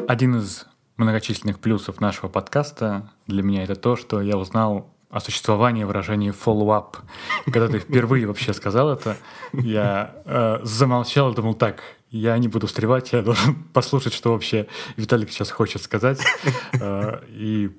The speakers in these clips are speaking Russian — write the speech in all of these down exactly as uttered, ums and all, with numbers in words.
Один из многочисленных плюсов нашего подкаста для меня это то, что я узнал о существовании выражения follow-up. Когда ты впервые вообще сказал это, я э, замолчал и думал, так, я не буду встревать, я должен послушать, что вообще Виталик сейчас хочет сказать. Э, и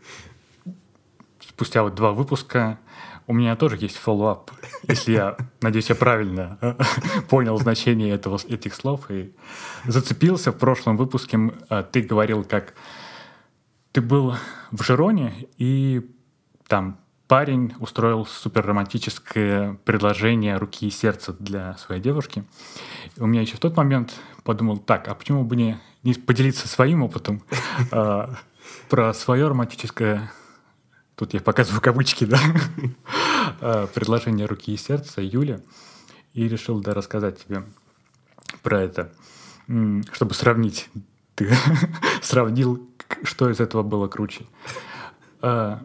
спустя вот два выпуска у меня тоже есть follow-up, если я, надеюсь, я правильно понял значение этого, этих слов и зацепился. В прошлом выпуске ты говорил, как ты был в Жироне, и там парень устроил суперромантическое предложение руки и сердца для своей девушки. И у меня еще в тот момент подумал, так, а почему бы не, не поделиться своим опытом а, про свое романтическое... Тут я показываю кавычки, да, предложение руки и сердца Юле, и решил, да, рассказать тебе про это, чтобы сравнить. Ты сравнил, что из этого было круче. Это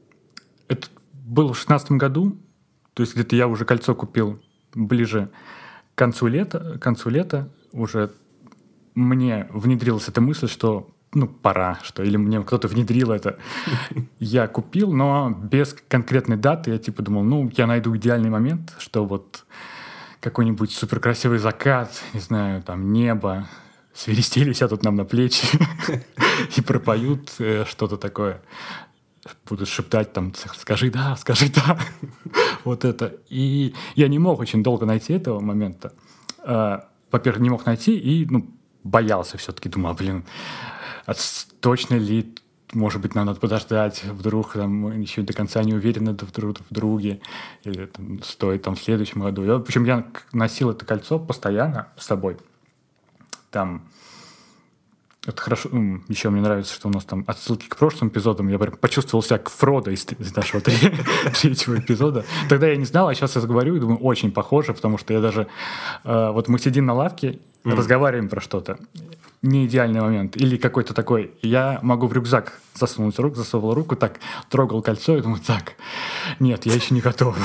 было в шестнадцатом году, то есть где-то я уже кольцо купил ближе к концу лета, к концу лета уже мне внедрилась эта мысль, что ну, пора, что, или мне кто-то внедрил это. Я купил, но без конкретной даты. Я типа думал, ну, я найду идеальный момент, что вот какой-нибудь суперкрасивый закат, не знаю, там, небо, свиристели сядут нам на плечи и пропоют что-то такое. Будут шептать там, скажи да, скажи да. Вот это. И я не мог очень долго найти этого момента. Во-первых, не мог найти и, ну, боялся все-таки. Думал, блин, а точно ли, может быть, нам надо подождать, вдруг там, мы еще до конца не уверены друг в друге, или там, стоит там в следующем году. И, в общем, я носил это кольцо постоянно с собой. Там это хорошо. Еще мне нравится, что у нас там отсылки к прошлым эпизодам. Я прям почувствовал себя как Фродо из, из нашего третьего эпизода. Тогда я не знал, а сейчас я говорю и думаю, очень похоже, потому что я даже... Э, вот мы сидим на лавке, mm. разговариваем про что-то. Не идеальный момент. Или какой-то такой... Я могу в рюкзак засунуть руку, засовывал руку, так, трогал кольцо и думаю, так, нет, я еще не готов.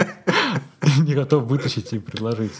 Не готов вытащить и предложить.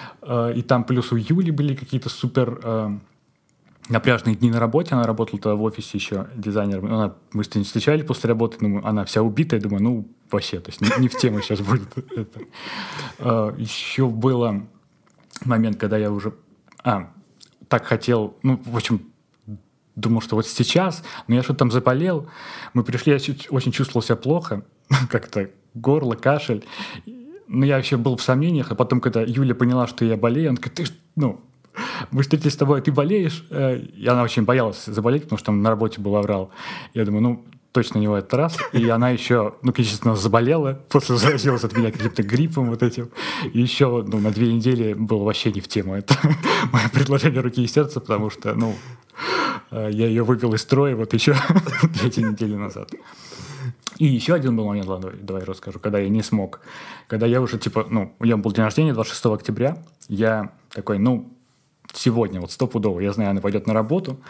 И там плюс у Юли были какие-то супер... напряжные дни на работе, она работала тогда в офисе еще дизайнером, она, мы с ней встречали после работы, думаю, она вся убитая, думаю, ну, вообще, то есть не, не в тему сейчас будет это. А, еще был момент, когда я уже а, так хотел, ну, в общем, думал, что вот сейчас, но я что-то там заболел, мы пришли, я чуть, очень чувствовал себя плохо, как-то горло, кашель, но я вообще был в сомнениях, а потом, когда Юля поняла, что я болею, она говорит, ты, ну, мы встретились с тобой, ты болеешь? И она очень боялась заболеть, потому что там на работе был аврал. Я думаю, ну, точно не в этот раз. И она еще, ну, конечно, заболела, после заразилась от меня каким-то гриппом вот этим. И еще, ну, на две недели было вообще не в тему это мое предложение руки и сердца, потому что, ну, я ее вывел из строя вот еще две недели назад. И еще один был момент, ладно, давай расскажу, когда я не смог. Когда я уже, типа, ну, у меня был день рождения двадцать шестого октября, я такой, ну, сегодня, вот стопудово, я знаю, она пойдет на работу,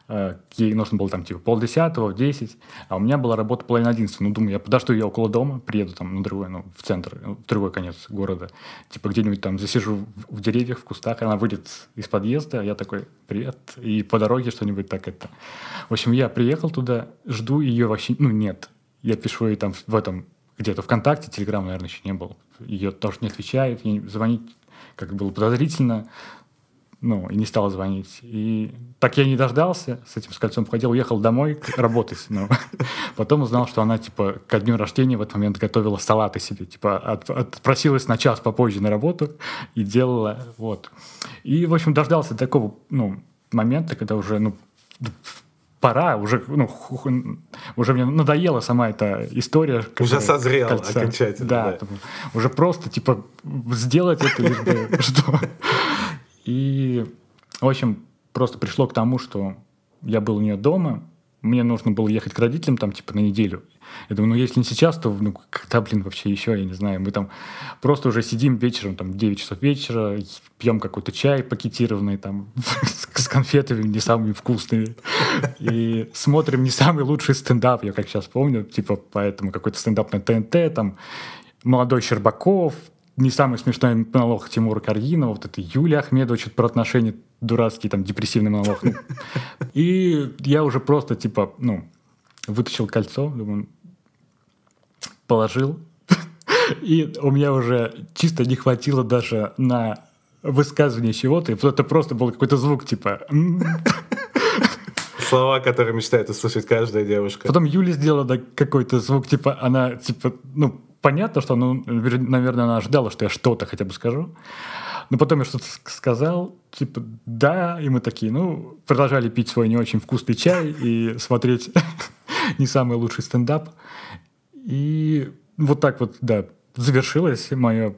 ей нужно было там типа полдесятого, в десять, а у меня была работа половина одиннадцатого. Ну, думаю, я подожду ее около дома, приеду там на другой, ну, в центр, в другой конец города, типа где-нибудь там засижу в деревьях, в кустах, она выйдет из подъезда, я такой, привет, и по дороге что-нибудь так это. В общем, я приехал туда, жду ее вообще, ну, нет, я пишу ей там в этом, где-то ВКонтакте, Телеграм, наверное, еще не был, ее тоже не отвечает, ей звонить как было подозрительно, ну, и не стал звонить. И так я не дождался, с этим с кольцом ходил, уехал домой работать. Но потом узнал, что она, типа, ко дню рождения в этот момент готовила салаты себе. Типа, от, отпросилась на час попозже на работу и делала, вот. И, в общем, дождался такого, ну, момента, когда уже, ну, пора, уже, ну, уже мне надоела сама эта история. Уже созрел кольца. Окончательно. Да, да. Уже просто, типа, сделать это, лишь бы что... И, в общем, просто пришло к тому, что я был у нее дома, мне нужно было ехать к родителям там типа на неделю. Я думаю, ну если не сейчас, то ну, когда, блин, вообще еще, я не знаю. Мы там просто уже сидим вечером, там девять часов вечера, пьем какой-то чай пакетированный там с конфетами не самыми вкусными. И смотрим не самый лучший стендап, я как сейчас помню, типа поэтому какой-то стендап на ТНТ, там молодой Щербаков, не самый смешной монолог Тимура Каргинова, вот это Юлия Ахмедова, что-то про отношения дурацкий там депрессивный монолог. Ну. И я уже просто, типа, ну, вытащил кольцо, думаю, положил. И у меня уже чисто не хватило даже на высказывание чего-то. И это просто был какой-то звук, типа... Слова, которые мечтает услышать каждая девушка. Потом Юля сделала да, какой-то звук, типа, она, типа, ну, понятно, что, ну, наверное, она ожидала, что я что-то хотя бы скажу. Но потом я что-то сказал, типа, да, и мы такие, ну, продолжали пить свой не очень вкусный чай и смотреть не самый лучший стендап. И вот так вот, да, завершилось мое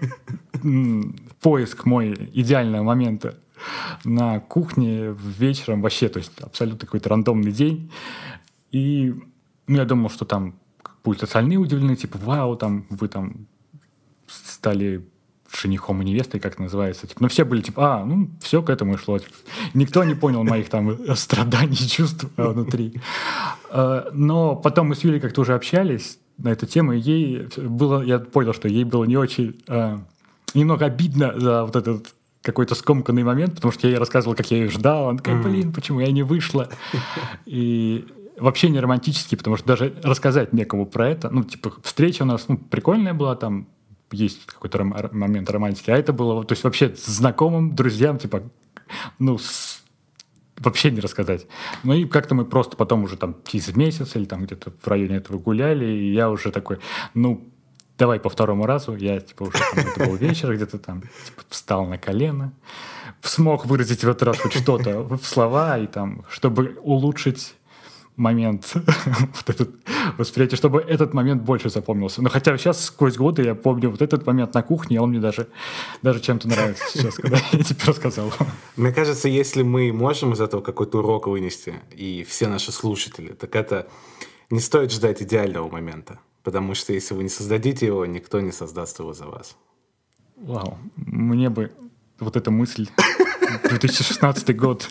поиск мой идеального момента на кухне вечером вообще, то есть абсолютно какой-то рандомный день. И ну, я думал, что там будут остальные удивлены, типа, вау, там вы там стали женихом и невестой, как это называется. Типа, но все были типа, а, ну, все к этому и шло. Типа, никто не понял моих там страданий, чувств внутри. Но потом мы с Юлей как-то уже общались на эту тему, и ей было, я понял, что ей было не очень, немного обидно за вот этот какой-то скомканный момент, потому что я ей рассказывал, как я ее ждал. Она такая, блин, почему я не вышла? И вообще не романтический, потому что даже рассказать некому про это. Ну, типа, встреча у нас ну, прикольная была, там есть какой-то ром- момент романтики, а это было, то есть вообще с знакомым, друзьям, типа, ну, с... вообще не рассказать. Ну и как-то мы просто потом уже там через месяц или там где-то в районе этого гуляли, и я уже такой, ну, давай по второму разу. Я, типа, уже там, это был вечер, где-то там, типа, встал на колено, смог выразить в этот раз хоть что-то в слова, и там, чтобы улучшить момент, вот этот восприятие, чтобы этот момент больше запомнился. Но хотя сейчас сквозь годы я помню вот этот момент на кухне, он мне даже, даже чем-то нравится сейчас, когда я тебе рассказал. Мне кажется, если мы можем из этого какой-то урок вынести, и все наши слушатели, так это не стоит ждать идеального момента. Потому что если вы не создадите его, никто не создаст его за вас. Вау, мне бы вот эта мысль две тысячи шестнадцатый год.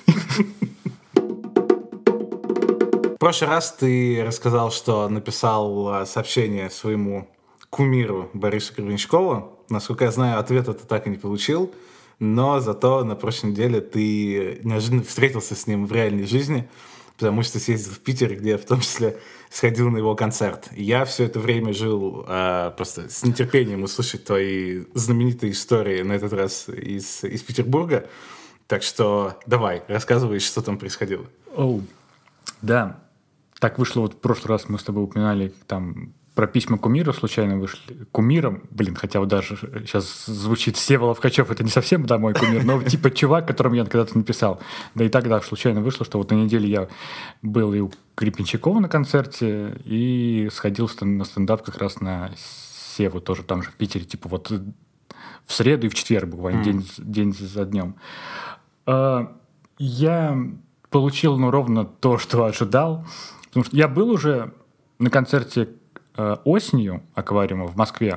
В прошлый раз ты рассказал, что написал сообщение своему кумиру Борису Гребенщикову. Насколько я знаю, ответа ты так и не получил. Но зато на прошлой неделе ты неожиданно встретился с ним в реальной жизни, потому что съездил в Питер, где я в том числе сходил на его концерт. Я все это время жил э, просто с нетерпением услышать твои знаменитые истории, на этот раз из, из Петербурга. Так что давай, рассказывай, что там происходило. Оу, да. Так вышло, вот в прошлый раз мы с тобой упоминали там про письма кумира, случайно вышли. Кумиром, блин, хотя вот даже сейчас звучит Всеволод Ткачев, это не совсем, да, мой кумир, но типа чувак, которому я когда-то написал. Да и тогда случайно вышло, что вот на неделе я был и у Гребенщикова на концерте, и сходил на стендап как раз на Севу, тоже там же в Питере, типа вот в среду и в четверг буквально, mm. день, день за днем. Я получил, ну, ровно то, что ожидал, потому что я был уже на концерте осенью аквариума в Москве.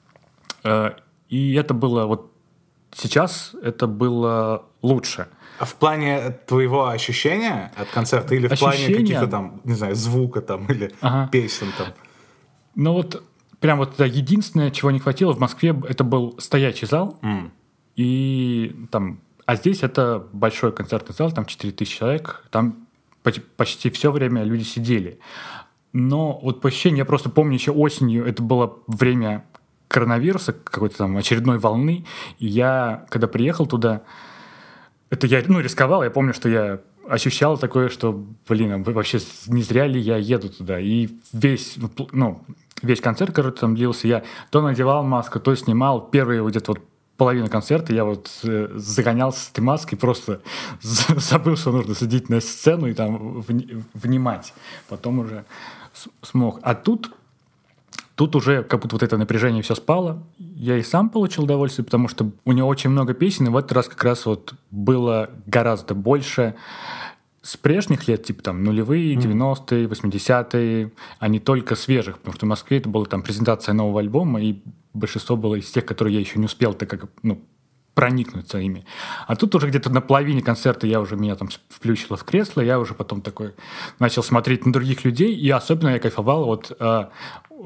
И это было вот сейчас это было лучше. А в плане твоего ощущения от концерта или в Ощущения... плане каких-то там, не знаю, звука там или ага. песен там? Ну вот прям вот это единственное, чего не хватило в Москве, это был стоячий зал. Mm. И там, а здесь это большой концертный зал, там четыре тысячи человек, там почти все время люди сидели. Но вот по ощущению, я просто помню еще осенью, это было время коронавируса, какой-то там очередной волны, и я, когда приехал туда, это я, ну, рисковал, я помню, что я ощущал такое, что, блин, вообще не зря ли я еду туда, и весь, ну, весь концерт, который там длился, я то надевал маску, то снимал, первые где-то вот половину концерта я вот э, загонялся с этой маской, просто забыл, что нужно сидеть на сцену и там вни- внимать, потом уже смог. А тут, тут уже как будто вот это напряжение все спало. Я и сам получил удовольствие, потому что у него очень много песен, и в этот раз как раз вот было гораздо больше с прежних лет, типа там нулевые, девяностые, восьмидесятые, а не только свежих, потому что в Москве это была там презентация нового альбома, и большинство было из тех, которые я еще не успел так как, ну, проникнуться ими. А тут уже где-то на половине концерта я уже, меня там включило в кресло, я уже потом такой начал смотреть на других людей, и особенно я кайфовал вот э,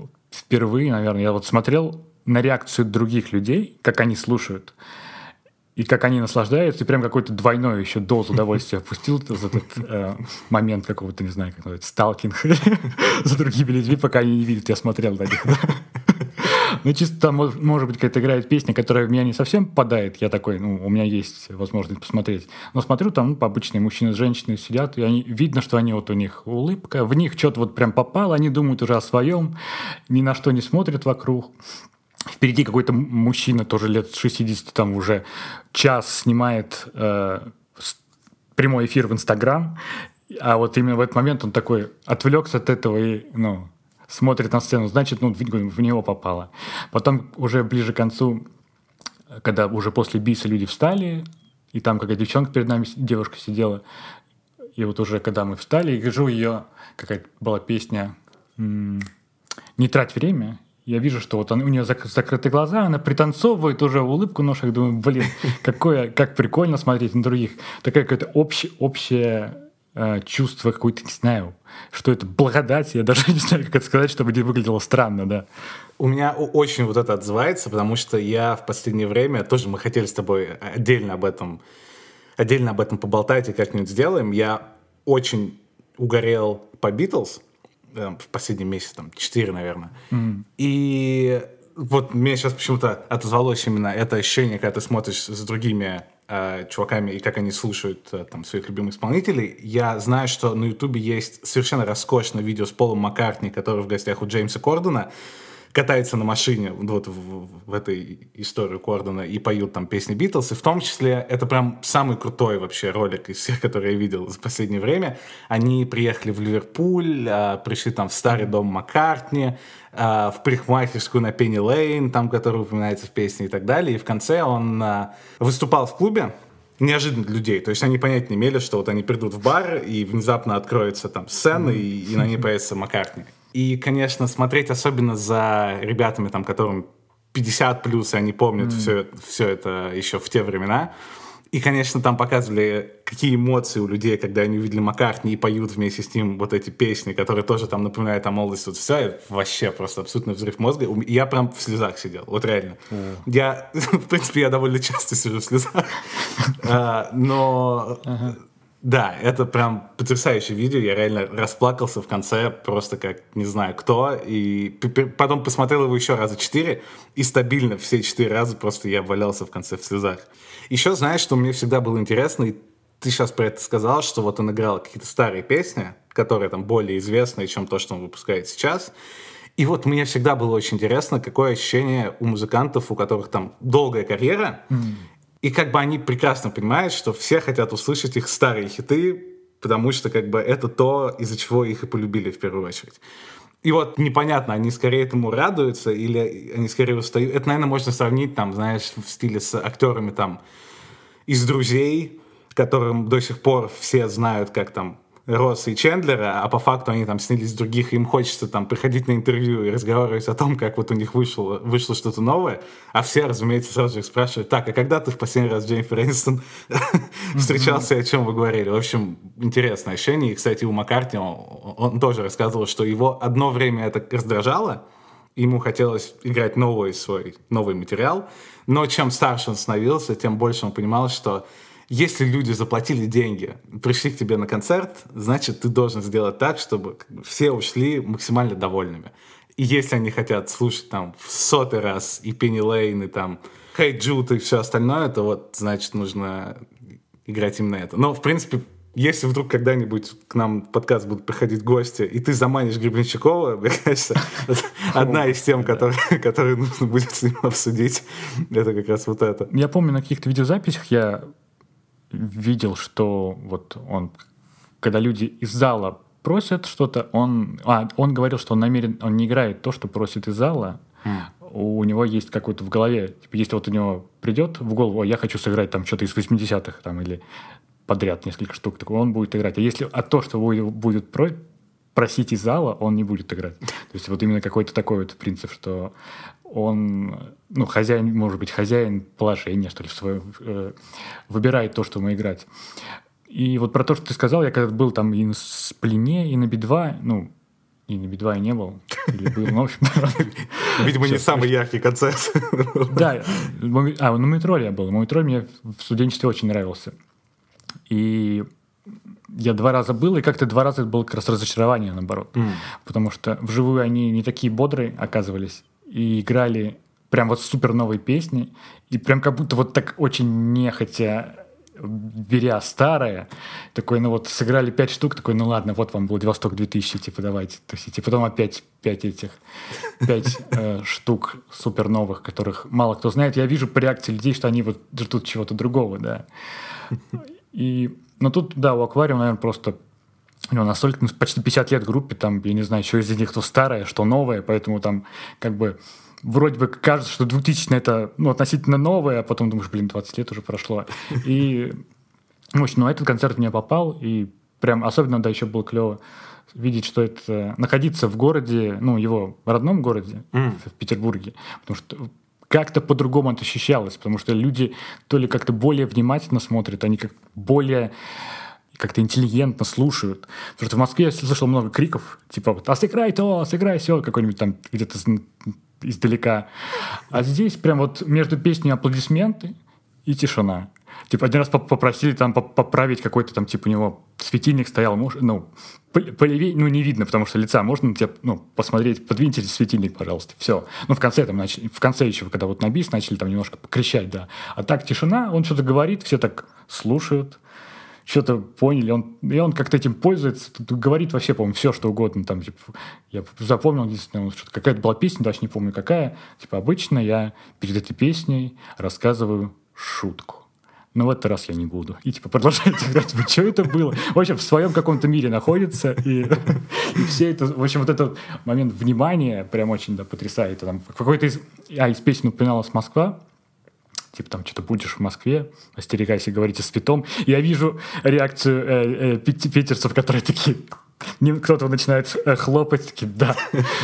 впервые, наверное, я вот смотрел на реакцию других людей, как они слушают. и как они наслаждаются, и прям какой-то двойной еще дозу удовольствия впустил за этот э, момент какого-то, не знаю, как называется, сталкинг за другими людьми, пока они не видят, я смотрел на них. Ну, чисто там, может быть, какая-то играет песня, которая в меня не совсем попадает. Я такой, ну, у меня есть возможность посмотреть. Но смотрю, там, ну, обычные мужчины с женщиной сидят, и они, видно, что они вот у них улыбка, в них что-то вот прям попало, они думают уже о своем, ни на что не смотрят вокруг. Впереди какой-то мужчина, тоже лет шестьдесят, там уже час снимает э, прямой эфир в Инстаграм, а вот именно в этот момент он такой отвлекся от этого и, ну, смотрит на сцену, значит, ну, в него попало. Потом уже ближе к концу, когда уже после биса люди встали, и там какая девчонка перед нами, девушка сидела, и вот уже когда мы встали, и вижу ее, какая-то была песня «Не трать время», я вижу, что вот он, у нее зак- закрыты глаза, она пританцовывает уже, улыбку на ушах, думаю, блин, какое, как прикольно смотреть на других. Такая какая-то общ, общее э, чувство, какое-то, не знаю, что это благодать, я даже не знаю, как это сказать, чтобы не выглядело странно, да. У меня очень вот это отзывается, потому что я в последнее время, тоже мы хотели с тобой отдельно об этом, отдельно об этом поболтать и как-нибудь сделаем. Я очень угорел по Битлз, в последний месяц, там, четыре, наверное. Mm. И вот мне сейчас почему-то отозвалось именно это ощущение, когда ты смотришь с другими э, чуваками и как они слушают э, там, своих любимых исполнителей. Я знаю, что на Ютубе есть совершенно роскошное видео с Полом Маккартни, который в гостях у Джеймса Кордена, катается на машине вот в, в этой истории Кордена и поют там песни Битлз, и в том числе это прям самый крутой вообще ролик из всех, которые я видел за последнее время. Они приехали в Ливерпуль, а, пришли там в старый дом Маккартни, а, в парикмахерскую на Пенни Лейн, там, которая упоминается в песне и так далее, и в конце он а, выступал в клубе, неожиданно для людей. То есть они понять не имели, что вот они придут в бар, и внезапно откроется там сцена, и, и на ней появится Маккартни. И, конечно, смотреть особенно за ребятами, там, которым пятьдесят плюс, и они помнят mm. все, все это еще в те времена. И, конечно, там показывали, какие эмоции у людей, когда они увидели Маккартни и поют вместе с ним вот эти песни, которые тоже там напоминают о молодости. Вот все, вообще просто абсолютный взрыв мозга. И я прям в слезах сидел, вот реально. Mm. Я, в принципе, я довольно часто сижу в слезах. Но... Да, это прям потрясающее видео. Я реально расплакался в конце, просто как не знаю кто. И потом посмотрел его еще раза четыре, и стабильно все четыре раза просто я валялся в конце в слезах. Еще знаешь, что мне всегда было интересно, и ты сейчас про это сказал, что вот он играл какие-то старые песни, которые там более известные, чем то, что он выпускает сейчас. И вот мне всегда было очень интересно, какое ощущение у музыкантов, у которых там долгая карьера, mm. И как бы они прекрасно понимают, что все хотят услышать их старые хиты, потому что как бы это то, из-за чего их и полюбили в первую очередь. И вот непонятно, они скорее этому радуются или они скорее устают. Это, наверное, можно сравнить, там, знаешь, в стиле с актерами там из «Друзей», которым до сих пор все знают, как там Росса и Чендлера, а по факту они там снялись в других, и им хочется там приходить на интервью и разговаривать о том, как вот у них вышло, вышло что-то новое, а все, разумеется, сразу же их спрашивают: так, а когда ты в последний раз с Дженнифер Энистон встречался, и о чем вы говорили? В общем, интересное ощущение. И, кстати, у Маккартни он, он тоже рассказывал, что его одно время это раздражало, ему хотелось играть новый свой, новый материал, но чем старше он становился, тем больше он понимал, что если люди заплатили деньги, пришли к тебе на концерт, значит, ты должен сделать так, чтобы все ушли максимально довольными. И если они хотят слушать там в сотый раз и Пенни Лейн, и там Hey Jude и все остальное, то вот, значит, нужно играть именно это. Но, в принципе, если вдруг когда-нибудь к нам в подкаст будут приходить гости, и ты заманишь Гребенщикова, мне кажется, одна из тем, которые нужно будет с ним обсудить, это как раз вот это. Я помню, на каких-то видеозаписях я видел, что вот он, когда люди из зала просят что-то, он, а, он говорил, что он намерен, он не играет то, что просит из зала. Mm. У него есть какой-то в голове, типа, если вот у него придет в голову: я хочу сыграть там что-то из восьмидесятых там, или подряд несколько штук, так он будет играть. А если а то, что будет про, просить из зала, он не будет играть. То есть вот именно какой-то такой вот принцип, что он, ну, хозяин, может быть, хозяин положения, что ли, свое, э, выбирает то, что ему играть. И вот про то, что ты сказал, я когда был там и на Сплине, и на Би два, ну, и на Би два и не был, или был, ну, в общем, Видимо, не самый яркий концерт. Да, а, на Мумитроле я был. Мумитроль мне в студенчестве очень нравился. И я два раза был, и как-то два раза это было как раз разочарование, наоборот. Mm. Потому что вживую они не такие бодрые оказывались, и играли прям вот супер новые песни, и прям как будто вот так очень нехотя, беря старое, такой, ну вот сыграли пять штук, такой, ну ладно, вот вам Владивосток две тысячи, типа давайте тусите. Потом опять пять этих, пять э, штук супер новых, которых мало кто знает. Я вижу по реакции людей, что они вот ждут чего-то другого, да. И, ну тут, да, у Аквариума, наверное, просто у него настолько, ну, почти пятьдесят лет группе, там, я не знаю, что из них, кто старое, что новое, поэтому там как бы вроде бы кажется, что двухтысячные это, ну, относительно новое, а потом думаешь, блин, двадцать лет уже прошло. И, в общем, ну, этот концерт мне попал, и прям особенно, да, еще было клево видеть, что это находиться в городе, ну, его родном городе, mm. в, в Петербурге, потому что как-то по-другому это ощущалось, потому что люди то ли как-то более внимательно смотрят, они как более как-то интеллигентно слушают. Потому что в Москве я слышал много криков, типа вот «А сыграй то, сыграй все», какой-нибудь там где-то издалека. А здесь прям вот между песней аплодисменты и тишина. Типа один раз попросили там поправить какой-то там, типа у него светильник стоял, может, ну, полевее, ну, не видно, потому что лица, можно тебе, ну, посмотреть, подвиньте светильник, пожалуйста, все. Ну, в конце там начали, в конце еще, когда вот на бис начали там немножко кричать, да. А так тишина, он что-то говорит, все так слушают, что-то поняли, он, и он как-то этим пользуется, говорит вообще, по-моему, все, что угодно, там, типа, я запомнил, единственное, что какая-то была песня, даже не помню какая, типа, обычно я перед этой песней рассказываю шутку. Но в этот раз я не буду. И типа продолжает играть. Типа, что это было? В общем, в своем каком-то мире находится. И, и все это... В общем, вот этот момент внимания прям очень, да, потрясает. Там какой-то из... А, из песен упоминалась Москва. Типа там что-то будешь в Москве, остерегайся, говорите с Питом. И я вижу реакцию э, э, питерцев, которые такие... Кто-то начинает э, хлопать, такие, да...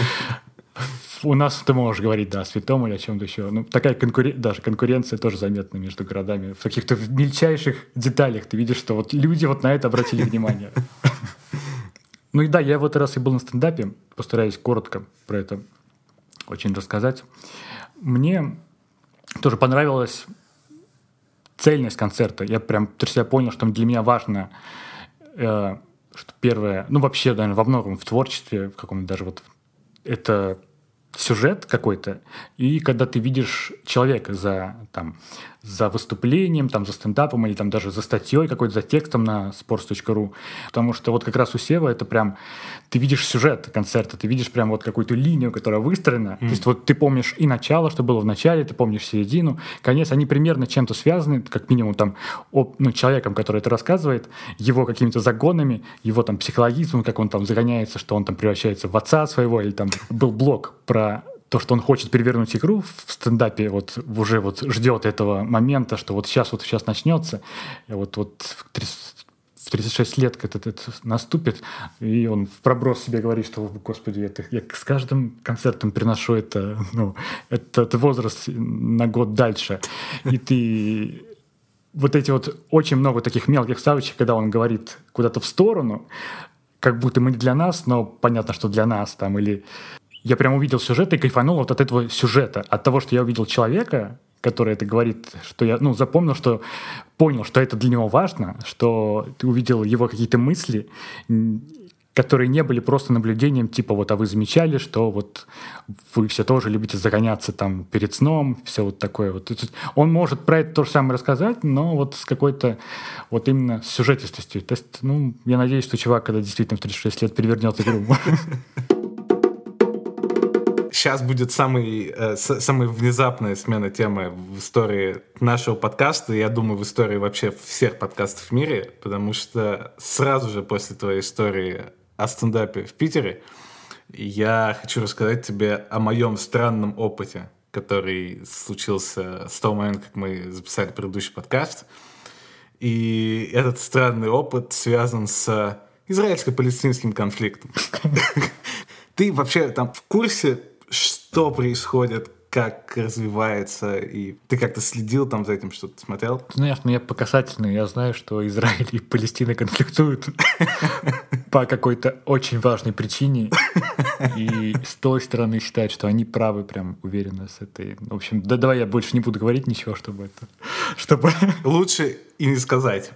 У нас ты можешь говорить, да, о святом или о чем-то еще. Ну, такая конкуренция, даже конкуренция тоже заметна между городами. В каких-то мельчайших деталях ты видишь, что вот люди вот на это обратили внимание. Ну и да, я в этот раз и был на стендапе. Постараюсь коротко про это очень рассказать. Мне тоже понравилась цельность концерта. Я прям для себя понял, что для меня важно, что первое, ну вообще, наверное, во многом в творчестве, в каком-то даже вот это... сюжет какой-то, и когда ты видишь человека за, там, за выступлением, там, за стендапом или там, даже за статьей какой-то, за текстом на sports точка ru, потому что вот как раз у Сева это прям, ты видишь сюжет концерта, ты видишь прям вот какую-то линию, которая выстроена, mm. то есть вот ты помнишь и начало, что было в начале, ты помнишь середину, конец, они примерно чем-то связаны, как минимум там, об, ну, человеком, который это рассказывает, его какими-то загонами, его там психологизмом, как он там загоняется, что он там превращается в отца своего, или там был блог про то, что он хочет перевернуть игру в стендапе, вот уже вот ждет этого момента, что вот сейчас вот сейчас начнется, и вот, вот в тридцать шесть лет это, это наступит, и он в проброс себе говорит, что, господи, это, я с каждым концертом приношу это, ну, этот возраст на год дальше. И ты... Вот эти вот очень много таких мелких вставочек, когда он говорит куда-то в сторону, как будто мы не для нас, но понятно, что для нас там, или... Я прям увидел сюжет и кайфанул вот от этого сюжета, от того, что я увидел человека, который это говорит, что я, ну, запомнил, что понял, что это для него важно, что ты увидел его какие-то мысли, которые не были просто наблюдением, типа вот, а вы замечали, что вот вы все тоже любите загоняться там перед сном, все вот такое вот. Он может про это то же самое рассказать, но вот с какой-то вот именно сюжетистостью. То есть, ну, я надеюсь, что чувак, когда действительно в тридцать шесть лет перевернет игру. Сейчас будет самый, э, самая внезапная смена темы в истории нашего подкаста, я думаю, в истории вообще всех подкастов в мире, потому что сразу же после твоей истории о стендапе в Питере я хочу рассказать тебе о моем странном опыте, который случился с того момента, как мы записали предыдущий подкаст. И этот странный опыт связан с израильско-палестинским конфликтом. Ты вообще там в курсе, что происходит, как развивается, и ты как-то следил там за этим, что-то смотрел? Знаешь, ну я по касательной, я знаю, что Израиль и Палестина конфликтуют. по какой-то очень важной причине. И с той стороны считают, что они правы, прям уверенно с этой. В общем, да, давай я больше не буду говорить ничего, чтобы это... чтобы Лучше и не сказать.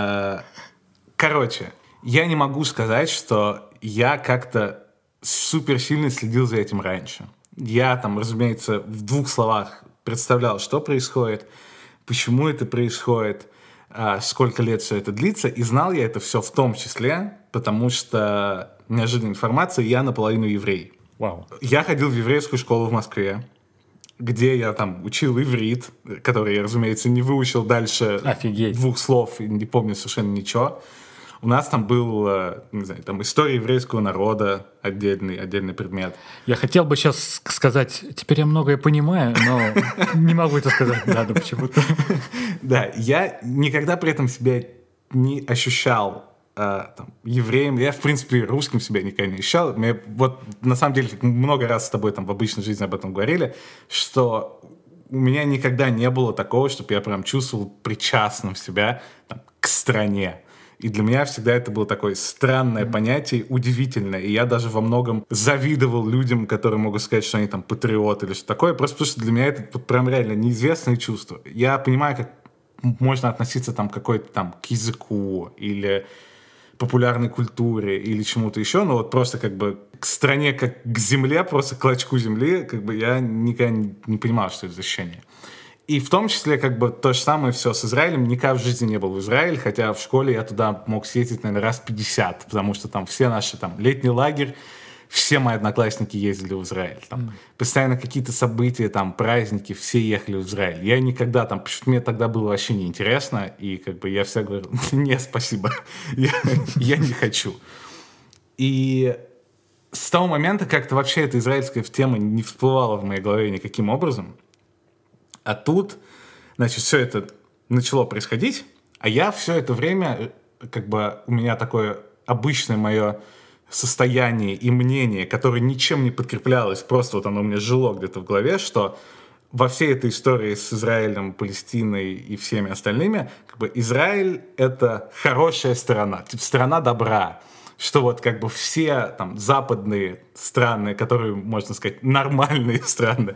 Короче, я не могу сказать, что я как-то супер сильно следил за этим раньше. Я там, разумеется, в двух словах представлял, что происходит, почему это происходит, сколько лет все это длится, и знал я это все в том числе, потому что, неожиданная информация, я наполовину еврей. Вау. Я ходил в еврейскую школу в Москве, где я там учил иврит, который я, разумеется, не выучил дальше Офигеть. двух слов, и не помню совершенно ничего. У нас там был, не знаю, там история еврейского народа, отдельный, отдельный предмет. Я хотел бы сейчас сказать, теперь я многое понимаю, но не могу это сказать, надо почему-то. Да, я никогда при этом себя не ощущал там, евреем. Я, в принципе, русским себя никогда не ощущал. Мне, вот, на самом деле, много раз с тобой там в обычной жизни об этом говорили, что у меня никогда не было такого, чтобы я прям чувствовал причастным себя там, к стране. И для меня всегда это было такое странное mm-hmm. понятие, удивительное. И я даже во многом завидовал людям, которые могут сказать, что они там патриоты или что такое, просто потому что для меня это вот, прям реально неизвестное чувство. Я понимаю, как можно относиться там, какой-то, там, к языку или популярной культуре или чему-то еще, но вот просто как бы к стране, как к земле, просто к клочку земли, как бы я никогда не, не понимал, что это за ощущение. И в том числе как бы то же самое все с Израилем. Никогда в жизни не был в Израиле, хотя в школе я туда мог съездить, наверное, раз пятьдесят, потому что там все наши, там, летний лагерь, все мои одноклассники ездили в Израиль. Там, mm. постоянно какие-то события, там, праздники, все ехали в Израиль. Я никогда там, потому что мне тогда было вообще неинтересно, и как бы я всегда говорил, нет, спасибо, я, я не хочу. И с того момента как-то вообще эта израильская тема не всплывала в моей голове никаким образом. А тут, значит, все это начало происходить, а я все это время, как бы у меня такое обычное мое состояние и мнение, которое ничем не подкреплялось, просто вот оно у меня жило где-то в голове, что во всей этой истории с Израилем, Палестиной и всеми остальными, как бы Израиль — это хорошая страна, типа страна добра. Что вот как бы все там западные страны, которые, можно сказать, нормальные страны,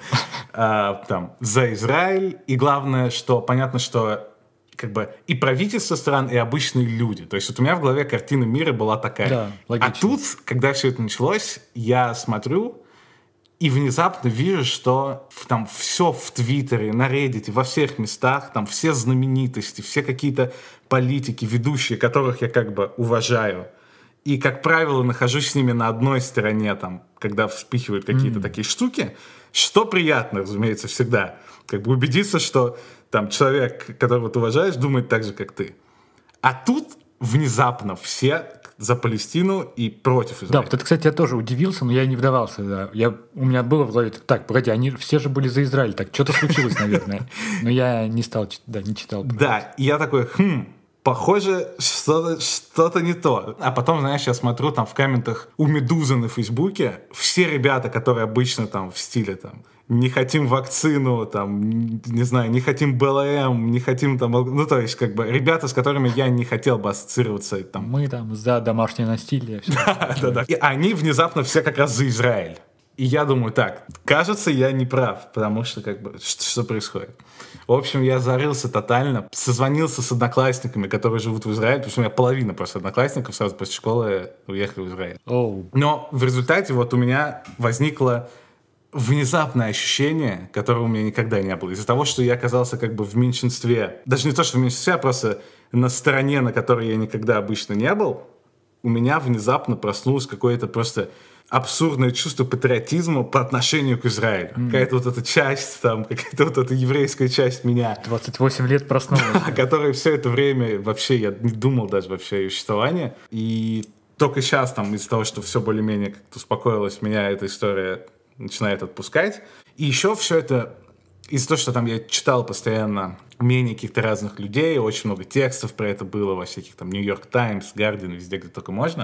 э, там, за Израиль. И главное, что понятно, что как бы и правительство стран, и обычные люди. То есть вот у меня в голове картина мира была такая. Да, логично. А тут, когда все это началось, я смотрю и внезапно вижу, что там все в Твиттере, на Reddit, во всех местах, там все знаменитости, все какие-то политики, ведущие, которых я как бы уважаю. И, как правило, нахожусь с ними на одной стороне, там, когда вспихивают какие-то mm. такие штуки, что приятно, разумеется, всегда. Как бы убедиться, что там человек, которого ты уважаешь, думает так же, как ты. А тут внезапно все за Палестину и против Израиля. Да, вот это, кстати, я тоже удивился, но я не вдавался. Да. Я, у меня было в голове, так, погоди, они все же были за Израиль, так, что-то случилось, наверное. Но я не стал, да, не читал. Да, и я такой, хм... Похоже, что-то, что-то не то. А потом, знаешь, я смотрю там в комментах у Медузы на Фейсбуке, все ребята, которые обычно там в стиле там не хотим вакцину, там, не знаю, не хотим БЛМ, не хотим там... Ну, то есть, как бы, ребята, с которыми я не хотел бы ассоциироваться. Там. Мы там за домашнее насилие. Да, да, да. И они внезапно все как раз за Израиль. И я думаю, так, кажется, я не прав, потому что, как бы, что, что происходит? В общем, я зарылся тотально, созвонился с одноклассниками, которые живут в Израиле, потому что у меня половина просто одноклассников сразу после школы уехали в Израиль. Oh. Но в результате вот у меня возникло внезапное ощущение, которого у меня никогда не было. Из-за того, что я оказался как бы в меньшинстве, даже не то, что в меньшинстве, а просто на стороне, на которой я никогда обычно не был, у меня внезапно проснулось какое-то просто абсурдное чувство патриотизма по отношению к Израилю. Mm. Какая-то вот эта часть, там, какая-то вот эта еврейская часть меня. двадцать восемь лет проснулась. Которая все это время вообще, я не думал даже вообще о ее существовании. И только сейчас, там, из-за того, что все более-менее как-то успокоилось, меня эта история начинает отпускать. И еще все это из-за того, что там я читал постоянно мнения каких-то разных людей, очень много текстов про это было во всяких там Нью-Йорк Таймс, Гардиан, везде, где только можно.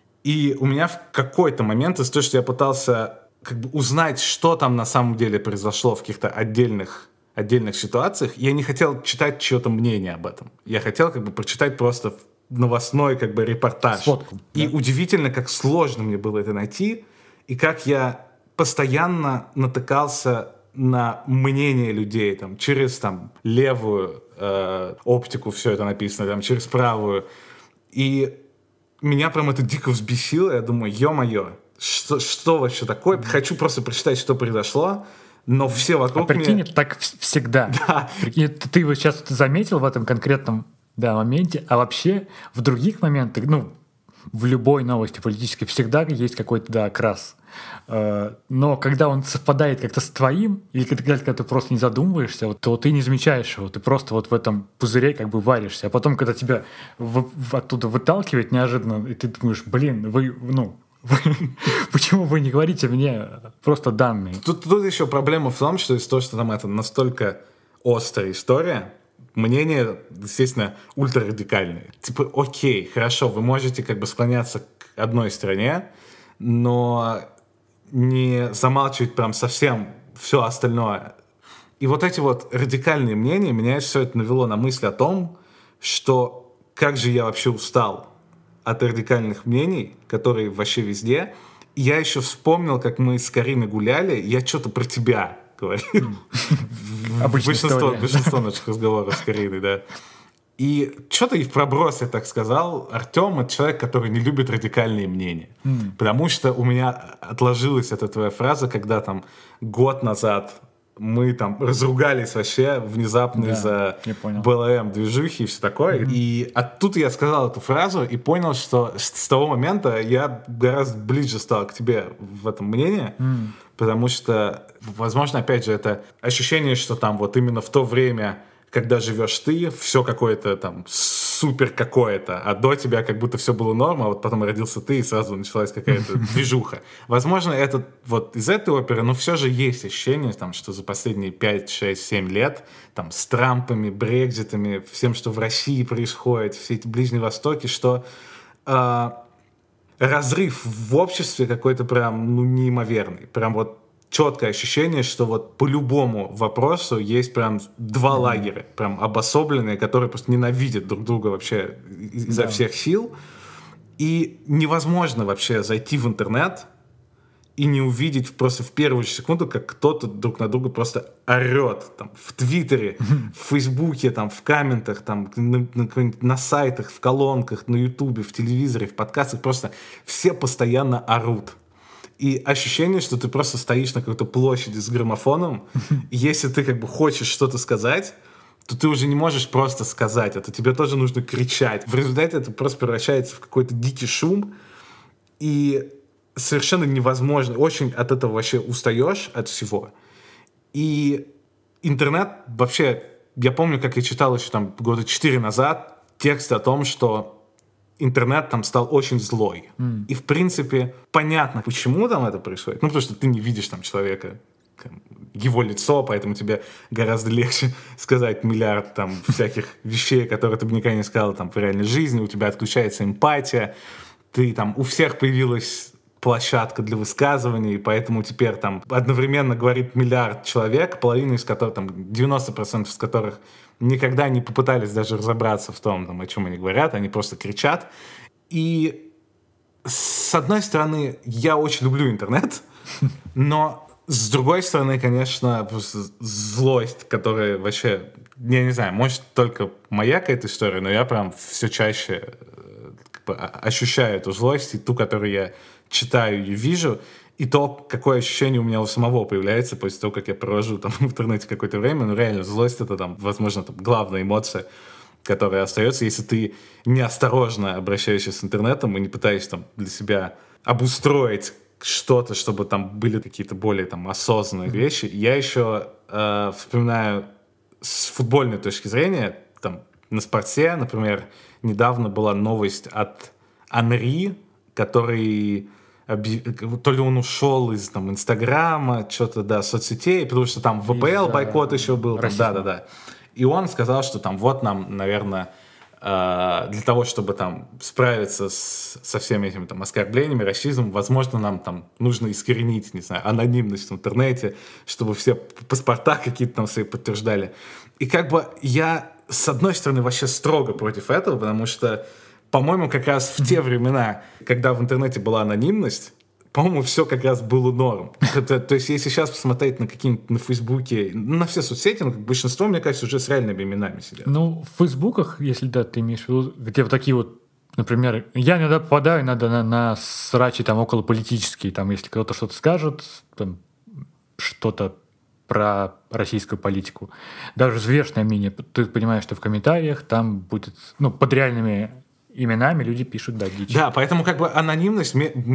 И у меня в какой-то момент из-за того, что я пытался как бы узнать, что там на самом деле произошло в каких-то отдельных, отдельных ситуациях, я не хотел читать чье-то мнение об этом. Я хотел как бы прочитать просто новостной как бы репортаж. Сводку, и да? удивительно, как сложно мне было это найти, и как я постоянно натыкался на мнение людей, там, через там, левую э, оптику все это написано, там, через правую. И меня прям это дико взбесило. Я думаю, ё-моё, что, что вообще такое? Хочу просто прочитать, что произошло, но все вокруг а прикинь, меня... это так вс- всегда. Да. Прикинь, ты, ты вот сейчас заметил в этом конкретном да, моменте, а вообще в других моментах, ну, в любой новости политической всегда есть какой-то, да, окрас. Но когда он совпадает как-то с твоим, или когда, когда ты просто не задумываешься, вот, то ты не замечаешь его, ты просто вот в этом пузыре как бы варишься. А потом, когда тебя в, в, оттуда выталкивает неожиданно, и ты думаешь, блин, вы, ну, вы, почему вы не говорите мне просто данные? Тут, тут еще проблема в том, что из-за того, что там это настолько острая история, мнения, естественно, ультрарадикальные. Типа, окей, хорошо, вы можете как бы склоняться к одной стороне, но не замалчивать прям совсем все остальное. И вот эти вот радикальные мнения, меня все это навело на мысль о том, что как же я вообще устал от радикальных мнений, которые вообще везде. И я еще вспомнил, как мы с Кариной гуляли, я что-то про тебя говорил. Большинство, большинство наших разговоров с Кариной, да. И что-то и в проброс я так сказал. Артем — это человек, который не любит радикальные мнения. Mm. Потому что у меня отложилась эта твоя фраза, когда там год назад мы там разругались вообще внезапно да, из-за бэ эл эм-движухи и все такое. Mm-hmm. И оттуда я сказал эту фразу и понял, что с того момента я гораздо ближе стал к тебе в этом мнении. Mm. Потому что, возможно, опять же, это ощущение, что там вот именно в то время, когда живешь ты, все какое-то там супер какое-то, а до тебя как будто все было норма, а вот потом родился ты, и сразу началась какая-то движуха. Возможно, это вот из этой оперы, но все же есть ощущение, там, что за последние пять, шесть, семь лет там, с Трампами, Брекзитами, всем, что в России происходит, все эти Ближние Востоки, что э, разрыв в обществе какой-то прям ну, неимоверный. Прям вот четкое ощущение, что вот по любому вопросу есть прям два mm-hmm. лагеря, прям обособленные, которые просто ненавидят друг друга вообще изо yeah. всех сил. И невозможно вообще зайти в интернет и не увидеть просто в первую же секунду, как кто-то друг на друга просто орет. Там, в Твиттере, mm-hmm. в Фейсбуке, там, в комментах, там, на, на, на сайтах, в колонках, на Ютубе, в телевизоре, в подкастах. Просто все постоянно орут. И ощущение, что ты просто стоишь на какой-то площади с граммофоном, и если ты как бы хочешь что-то сказать, то ты уже не можешь просто сказать это, тебе тоже нужно кричать. В результате это просто превращается в какой-то дикий шум, и совершенно невозможно, очень от этого вообще устаешь, от всего. И интернет вообще, я помню, как я читал еще там года четыре назад текст о том, что интернет там стал очень злой. Mm. И, в принципе, понятно, почему там это происходит. Ну, потому что ты не видишь там человека, его лицо, поэтому тебе гораздо легче сказать миллиард там всяких вещей, которые ты бы никогда не сказал там в реальной жизни. У тебя отключается эмпатия. Ты там, у всех появилась площадка для высказываний, поэтому теперь там одновременно говорит миллиард человек, половина из которых, там, девяносто процентов из которых никогда не попытались даже разобраться в том, там, о чем они говорят, они просто кричат. И с одной стороны, я очень люблю интернет, но с другой стороны, конечно, злость, которая вообще, я не знаю, может, только моя какая-то история, но я прям все чаще как бы, ощущаю эту злость, и ту, которую я читаю и вижу, и то, какое ощущение у меня у самого появляется после того, как я провожу там в интернете какое-то время. Ну, реально, злость — это там, возможно, там, главная эмоция, которая остается, если ты неосторожно обращаешься с интернетом и не пытаешься там для себя обустроить что-то, чтобы там были какие-то более там осознанные mm-hmm. вещи. Я еще э, вспоминаю с футбольной точки зрения, там, на Спорте, например, недавно была новость от Анри, который то ли он ушел из там Инстаграма, что-то, да, соцсетей, потому что там вэ пэ эл бойкот еще был. Там, да, да, да. И он сказал, что там вот нам, наверное, э, для того, чтобы там справиться с, со всеми этими там оскорблениями, расизмом, возможно, нам там нужно искоренить, не знаю, анонимность в интернете, чтобы все паспорта какие-то там свои подтверждали. И как бы я, с одной стороны, вообще строго против этого, потому что по-моему, как раз в те времена, когда в интернете была анонимность, по-моему, все как раз было норм. Это, то есть, если сейчас посмотреть на какие-нибудь, на Фейсбуке, на все соцсети, ну, большинство, мне кажется, уже с реальными именами сидят. Ну, в Фейсбуках, если да, ты имеешь в виду, где вот такие вот, например, я иногда попадаю иногда на, на срачи там околополитические, там, если кто-то что-то скажет, там, что-то про российскую политику, даже взвешенное мнение, ты понимаешь, что в комментариях там будет, ну, под реальными именами люди пишут, да, дичь. Да, поэтому как бы анонимность,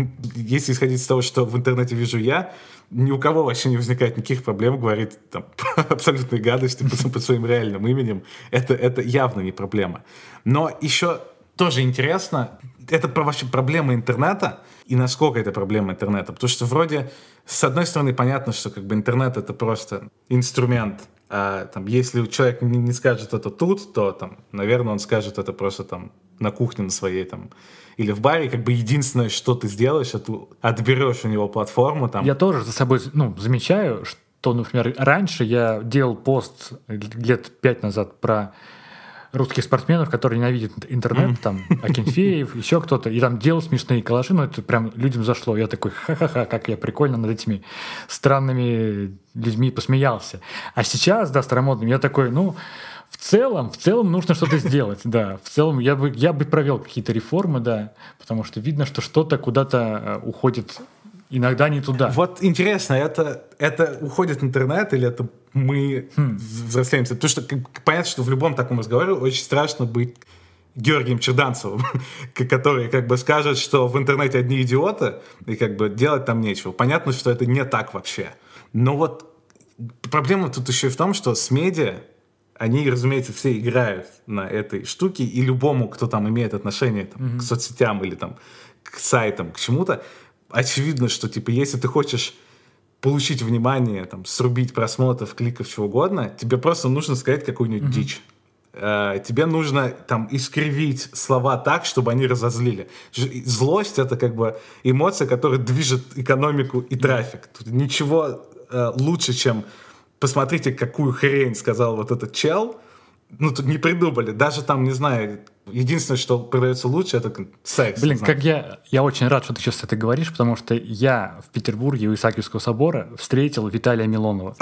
если исходить из того, что в интернете вижу я, ни у кого вообще не возникает никаких проблем говорить там абсолютные гадости под, под своим реальным именем. Это, это явно не проблема. Но еще тоже интересно, это вообще проблема интернета, и насколько это проблема интернета. Потому что вроде, с одной стороны, понятно, что как бы интернет — это просто инструмент. А, там, если человек не, не скажет это тут, то, там, наверное, он скажет это просто там на кухне на своей там, или в баре. Как бы единственное, что ты сделаешь, это отберешь у него платформу. Там. Я тоже за собой ну, замечаю, что, например, раньше я делал пост лет пять назад про русских спортсменов, которые ненавидят интернет, mm. там, Акинфеев, еще кто-то, и там делал смешные коллажи, но это прям людям зашло. Я такой, ха-ха-ха, как я прикольно над этими странными людьми посмеялся. А сейчас, да, старомодным, я такой, ну, в целом, в целом нужно что-то сделать, да. В целом я бы, я бы провел какие-то реформы, да, потому что видно, что что-то куда-то уходит иногда не туда. Вот интересно, это, это уходит интернет или это мы хм. взрослеемся? Потому что как, понятно, что в любом таком разговоре очень страшно быть Георгием Черданцевым, который как бы скажет, что в интернете одни идиоты и как бы делать там нечего. Понятно, что это не так вообще. Но вот проблема тут еще и в том, что с медиа они, разумеется, все играют на этой штуке, и любому, кто там имеет отношение там, mm-hmm. к соцсетям или там, к сайтам, к чему-то, очевидно, что типа если ты хочешь получить внимание, там, срубить просмотров, кликов, чего угодно, тебе просто нужно сказать какую-нибудь mm-hmm. дичь. Uh, тебе нужно там искривить слова так, чтобы они разозлили. Злость — это как бы эмоция, которая движет экономику и трафик. Тут ничего uh, лучше, чем посмотрите, какую хрень сказал вот этот чел. Ну, тут не придумали. Даже там, не знаю, единственное, что продается лучше, это секс. Блин, как я, я очень рад, что ты сейчас это говоришь, потому что я в Петербурге у Исаакиевского собора встретил Виталия Милонова.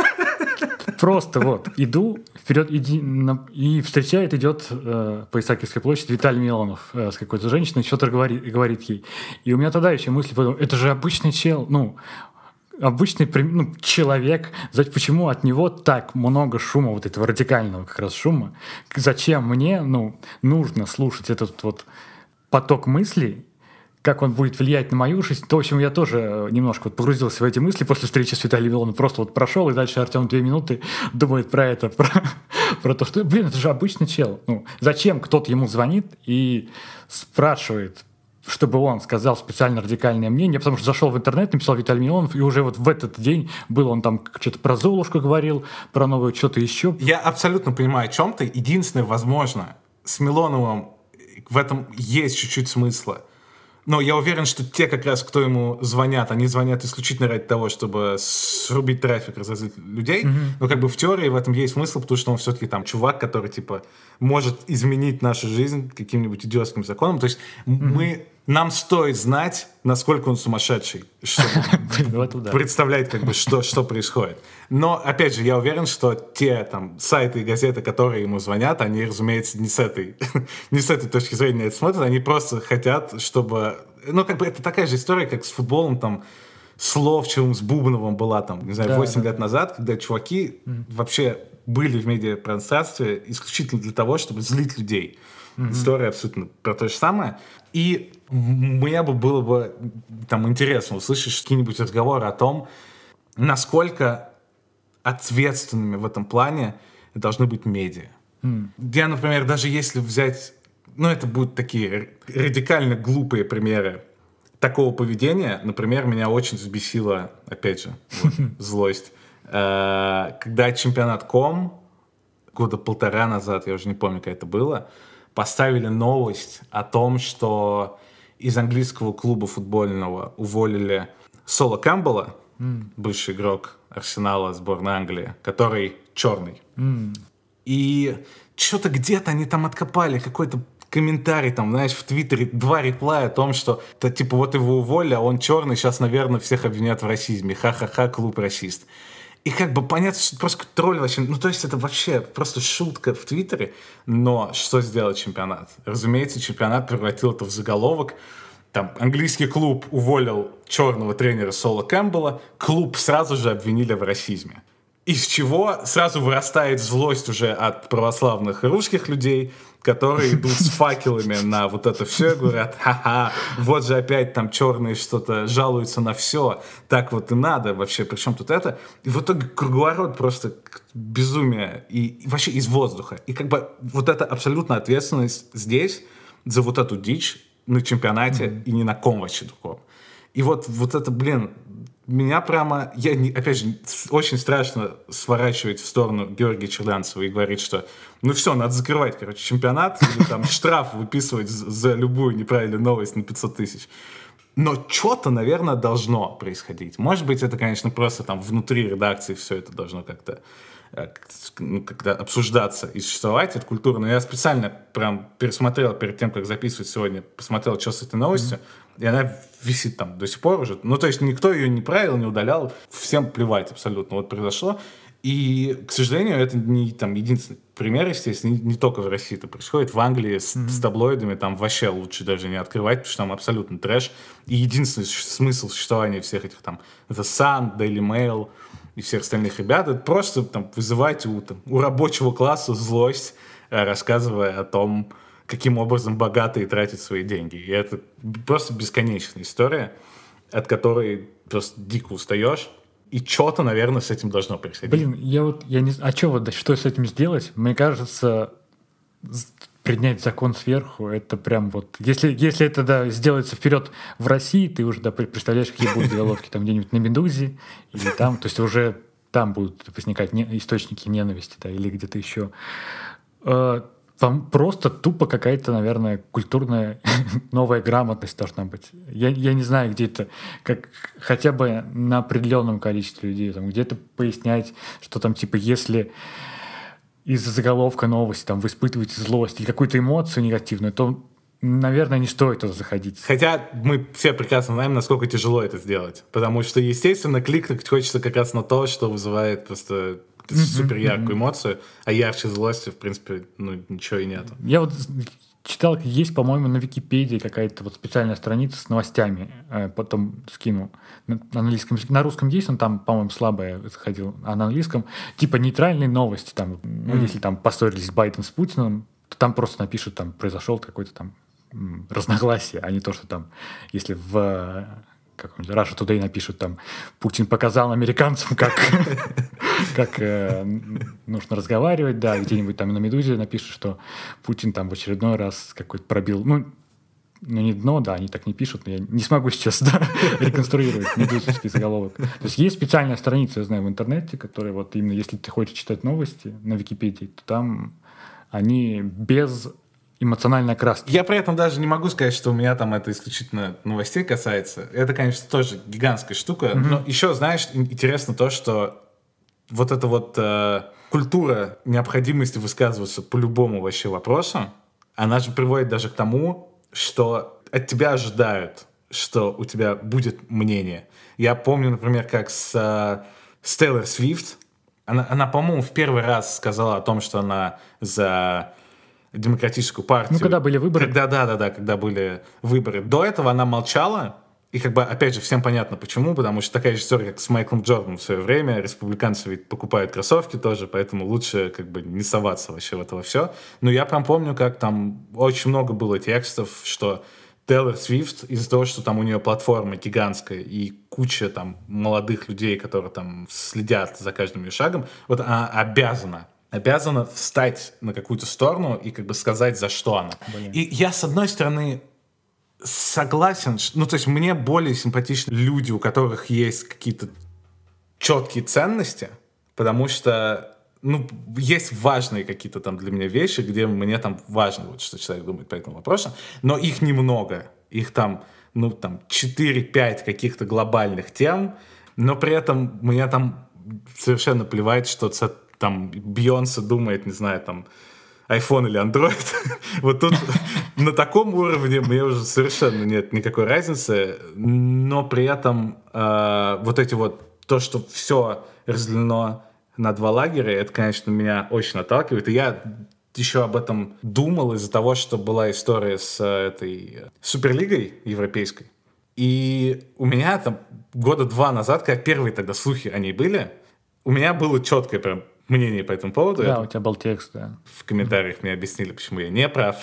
Просто вот, иду, вперед, иди, на, и встречает, идет э, по Исаакиевской площади Виталий Милонов э, с какой-то женщиной, что-то говорит, говорит ей. И у меня тогда еще мысли, это же обычный чел, ну, обычный ну, человек, почему от него так много шума, вот этого радикального как раз шума? Зачем мне, ну, нужно слушать этот вот поток мыслей, как он будет влиять на мою жизнь, то, в общем, я тоже немножко вот погрузился в эти мысли после встречи с Виталием Милоновым, просто вот прошел, и дальше Артем две минуты думает про это, про, про то, что, блин, это же обычный чел. Ну, зачем кто-то ему звонит и спрашивает, чтобы он сказал специально радикальное мнение, потому что зашел в интернет, написал Виталий Милонов, и уже вот в этот день был он там что-то про Золушку говорил, про новое что-то еще. Я абсолютно понимаю, о чем ты. Единственное, возможно, с Милоновым в этом есть чуть-чуть смысла. Но я уверен, что те, как раз, кто ему звонят, они звонят исключительно ради того, чтобы срубить трафик, разозлить людей. Mm-hmm. Но как бы в теории в этом есть смысл, потому что он все-таки там чувак, который типа может изменить нашу жизнь каким-нибудь идиотским законом. То есть mm-hmm. мы, нам стоит знать, насколько он сумасшедший, чтобы представлять, как бы, что, что происходит. Но, опять же, я уверен, что те там сайты и газеты, которые ему звонят, они, разумеется, не с этой, не с этой точки зрения это смотрят, они просто хотят, чтобы... Ну, как бы это такая же история, как с футболом, там, с Ловчевым, с Бубновым была, там, не знаю, восемь да, лет да. назад, когда чуваки mm. вообще были в медиапространстве исключительно для того, чтобы злить людей. Mm-hmm. История абсолютно про то же самое. И мне бы было бы там интересно услышать какие-нибудь разговоры о том, насколько ответственными в этом плане должны быть медиа. Mm. Я, например, даже если взять... Ну, это будут такие радикально глупые примеры такого поведения. Например, меня очень взбесила, опять же, вот, злость. Когда чемпионат ком года полтора назад, я уже не помню, как это было, поставили новость о том, что из английского клуба футбольного уволили Соло Кэмпбелла, mm. бывший игрок Арсенала, сборной Англии, который черный. Mm. И что-то где-то они там откопали какой-то комментарий, там, знаешь, в Твиттере два реплая о том, что, то, типа, вот его уволили, а он черный, сейчас, наверное, всех обвинят в расизме. Ха-ха-ха, клуб расист. И как бы понятно, что это просто тролль вообще. Ну, то есть это вообще просто шутка в Твиттере. Но что сделал чемпионат? Разумеется, чемпионат превратил это в заголовок. Там английский клуб уволил черного тренера Сола Кэмпбелла. Клуб сразу же обвинили в расизме. Из чего сразу вырастает злость уже от православных русских людей, которые идут с факелами на вот это все и говорят: ха-ха, вот же опять там черные что-то жалуются на все, так вот и надо вообще, причем тут это. И в итоге круговорот просто безумие и, и вообще из воздуха. И как бы вот эта абсолютная ответственность здесь за вот эту дичь на чемпионате mm-hmm. и ни на ком вообще другом. И вот, вот это, блин, меня прямо, я не, опять же, очень страшно сворачивать в сторону Георгия Черданцева и говорить, что ну все, надо закрывать, короче, чемпионат, или там штраф выписывать за любую неправильную новость на пятьсот тысяч. Но что-то, наверное, должно происходить. Может быть, это, конечно, просто там внутри редакции все это должно как-то ну, когда обсуждаться и существовать, это культура. Но я специально прям пересмотрел перед тем, как записывать сегодня, посмотрел, что с этой новостью, mm-hmm. и она висит там до сих пор уже. Ну, то есть никто ее не правил, не удалял, всем плевать абсолютно. Вот произошло. И, к сожалению, это не там единственный пример, естественно, не, не только в России это происходит. В Англии с, mm-hmm. с таблоидами там вообще лучше даже не открывать, потому что там абсолютно трэш. И единственный смысл существования всех этих там The Sun, Daily Mail и всех остальных ребят, это просто там вызывать у, там, у рабочего класса злость, рассказывая о том, каким образом богатые тратят свои деньги. И это просто бесконечная история, от которой просто дико устаешь. И что-то, наверное, с этим должно происходить. Блин, я вот, я не знаю, а что вот, что с этим сделать? Мне кажется, принять закон сверху, это прям вот, если, если это, да, сделается вперед в России, ты уже, да, представляешь, какие будут заголовки там где-нибудь на Медузе, или там, то есть уже там будут возникать не, источники ненависти, да, или где-то еще. Там просто тупо какая-то, наверное, культурная новая грамотность должна быть. Я, я не знаю, где это, как хотя бы на определенном количестве людей, там, где-то пояснять, что там, типа, если из-за заголовка новости там, вы испытываете злость или какую-то эмоцию негативную, то, наверное, не стоит туда заходить. Хотя мы все прекрасно знаем, насколько тяжело это сделать. Потому что, естественно, кликнуть хочется как раз на то, что вызывает просто супер яркую эмоцию, а ярче злости, в принципе, ну, ничего и нету. Я вот читал, есть, по-моему, на Википедии какая-то вот специальная страница с новостями, потом скину на английском языке. На русском есть, он там, по-моему, слабо заходил, а на английском типа нейтральные новости, там, mm. ну, если там поссорились Байден с Путиным, то там просто напишут, там, произошел какой-то там разногласие, а не то, что там, если в каком-нибудь Russia Today напишут, там, Путин показал американцам, как, как э, нужно разговаривать, да, где-нибудь там на Медузе напишут, что Путин там в очередной раз какой-то пробил, ну, ну, не дно, да, они так не пишут, но я не смогу сейчас, да, реконструировать медузовский заголовок. То есть есть специальная страница, я знаю, в интернете, которая вот именно, если ты хочешь читать новости на Википедии, то там они без эмоциональной окраски. Я при этом даже не могу сказать, что у меня там это исключительно новостей касается. Это, конечно, тоже гигантская штука. Mm-hmm. Но еще, знаешь, интересно то, что вот эта вот э, культура необходимости высказываться по любому вообще вопросу, она же приводит даже к тому, что от тебя ожидают, что у тебя будет мнение. Я помню, например, как с, э, с Тейлор Свифт. Она, она, по-моему, в первый раз сказала о том, что она за демократическую партию. Ну, когда были выборы. Когда, да, да, да, когда были выборы. До этого она молчала. И как бы, опять же, всем понятно почему, потому что такая же история, как с Майклом Джорданом в свое время. Республиканцы ведь покупают кроссовки тоже, поэтому лучше как бы не соваться вообще в это во все. Но я прям помню, как там очень много было текстов, что Тейлор Свифт из-за того, что там у нее платформа гигантская и куча там молодых людей, которые там следят за каждым ее шагом, вот она обязана обязана встать на какую-то сторону и как бы сказать, за что она. Блин. И я, с одной стороны, согласен, ну, то есть мне более симпатичны люди, у которых есть какие-то четкие ценности, потому что, ну, есть важные какие-то там для меня вещи, где мне там важно, вот, что человек думает по этому вопросу, но их немного. Их там, ну, там, четыре-пять каких-то глобальных тем, но при этом мне там совершенно плевать, что там Бейонсе думает, не знаю, там, iPhone или Android. Вот тут на таком уровне мне уже совершенно нет никакой разницы, но при этом э, вот эти вот, то, что все разделено на два лагеря, это, конечно, меня очень отталкивает. И я еще об этом думал из-за того, что была история с этой Суперлигой европейской. И у меня там года два назад, когда первые тогда слухи о ней были, у меня было четкое прям мнение по этому поводу. Да, у тебя был текст, да. В комментариях мне объяснили, почему я не прав.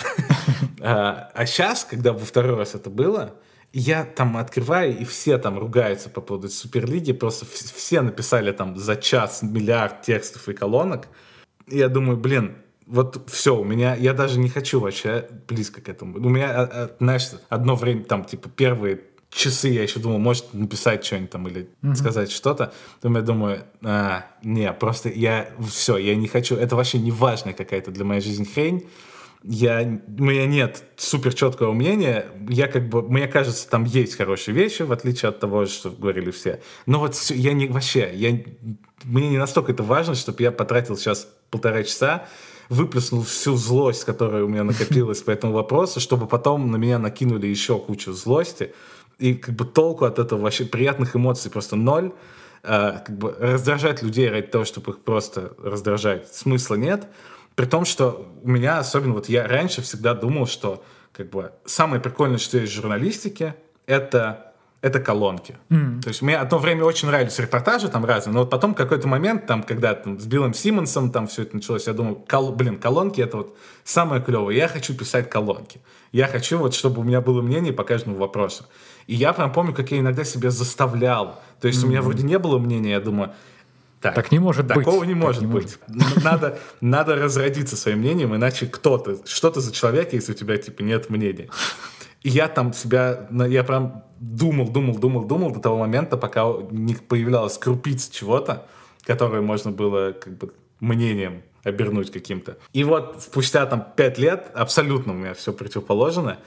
А сейчас, когда во второй раз это было, я там открываю, и все там ругаются по поводу Суперлиги, просто все написали там за час миллиард текстов и колонок. И я думаю, блин, вот все, у меня, я даже не хочу вообще близко к этому. У меня, знаешь, одно время, там, типа, первые часы я еще думал, может написать что-нибудь там или mm-hmm. сказать что-то. Потом я думаю, а, не, просто я, все, я не хочу, это вообще не важная какая-то для моей жизни хрень. Я, у меня нет супер четкого мнения. Я как бы, мне кажется, там есть хорошие вещи, в отличие от того, что говорили все. Но вот все, я не вообще, я, мне не настолько это важно, чтобы я потратил сейчас полтора часа, выплеснул всю злость, которая у меня накопилась по этому вопросу, чтобы потом на меня накинули еще кучу злости. И как бы толку от этого вообще приятных эмоций просто ноль. А, как бы раздражать людей ради того, чтобы их просто раздражать, смысла нет. При том, что у меня особенно, вот я раньше всегда думал, что как бы самое прикольное, что есть в журналистике, это, это колонки. Mm. То есть мне одно время очень нравились репортажи там разные, но вот потом какой-то момент, там, когда там, с Биллом Симмонсом там все это началось, я думал, кол- блин, колонки — это вот самое клевое. Я хочу писать колонки. Я хочу, вот, чтобы у меня было мнение по каждому вопросу. И я прям помню, как я иногда себя заставлял. То есть mm-hmm. у меня вроде не было мнения, я думаю, так, так не может такого быть. Такого не может не быть. Может. Надо, надо разродиться своим мнением, иначе кто ты? Что ты за человек, если у тебя типа нет мнения? И я там себя, я прям думал, думал, думал, думал до того момента, пока не появлялась крупица чего-то, которое можно было как бы мнением обернуть каким-то. И вот спустя там пять лет абсолютно у меня все противоположно.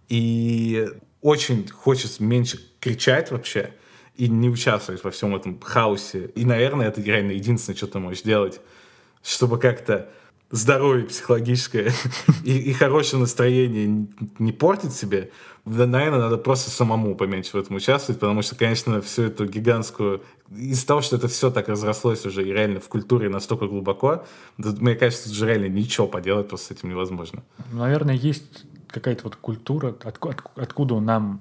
И очень хочется меньше кричать вообще и не участвовать во всем этом хаосе. И, наверное, это реально единственное, что ты можешь делать, чтобы как-то здоровье психологическое и, и хорошее настроение не портить себе. Наверное, надо просто самому поменьше в этом участвовать, потому что, конечно, всю эту гигантскую... Из-за того, что это все так разрослось уже и реально в культуре настолько глубоко, мне кажется, уже реально ничего поделать просто с этим невозможно. Наверное, есть какая-то вот культура, откуда, откуда нам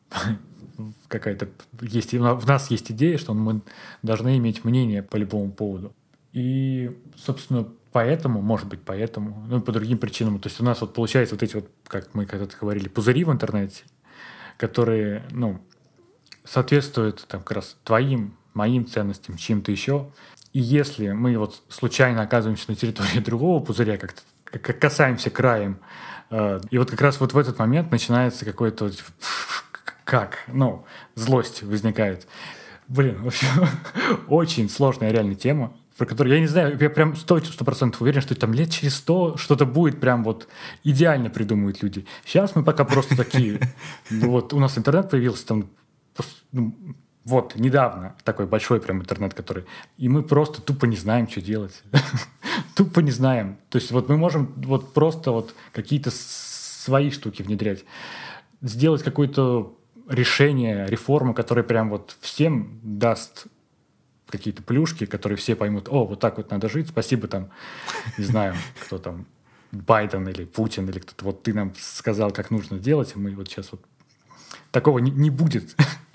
какая-то есть, в нас есть идея, что мы должны иметь мнение по любому поводу. И, собственно, поэтому, может быть, поэтому, ну и по другим причинам. То есть у нас вот получается вот эти вот, как мы когда-то говорили, пузыри в интернете, которые, ну, соответствуют там как раз твоим, моим ценностям, чьим-то еще. И если мы вот случайно оказываемся на территории другого пузыря, как-то как касаемся краем, э, и вот как раз вот в этот момент начинается какой-то как, ну, злость возникает. Блин, в общем, очень сложная реально тема, про которую, я не знаю, я прям сто процентов уверен, что там лет через сто что-то будет прям вот идеально придумывают люди. Сейчас мы пока просто такие, вот у нас интернет появился там, ну, вот, недавно такой большой прям интернет, который, и мы просто тупо не знаем, что делать. Тупо не знаем. То есть вот мы можем вот просто вот какие-то свои штуки внедрять, сделать какое-то решение, реформу, которая прям вот всем даст какие-то плюшки, которые все поймут, о, вот так вот надо жить, спасибо там, не знаю, кто там, Байден или Путин, или кто-то, вот ты нам сказал, как нужно делать, и мы вот сейчас вот... Такого не, не будет.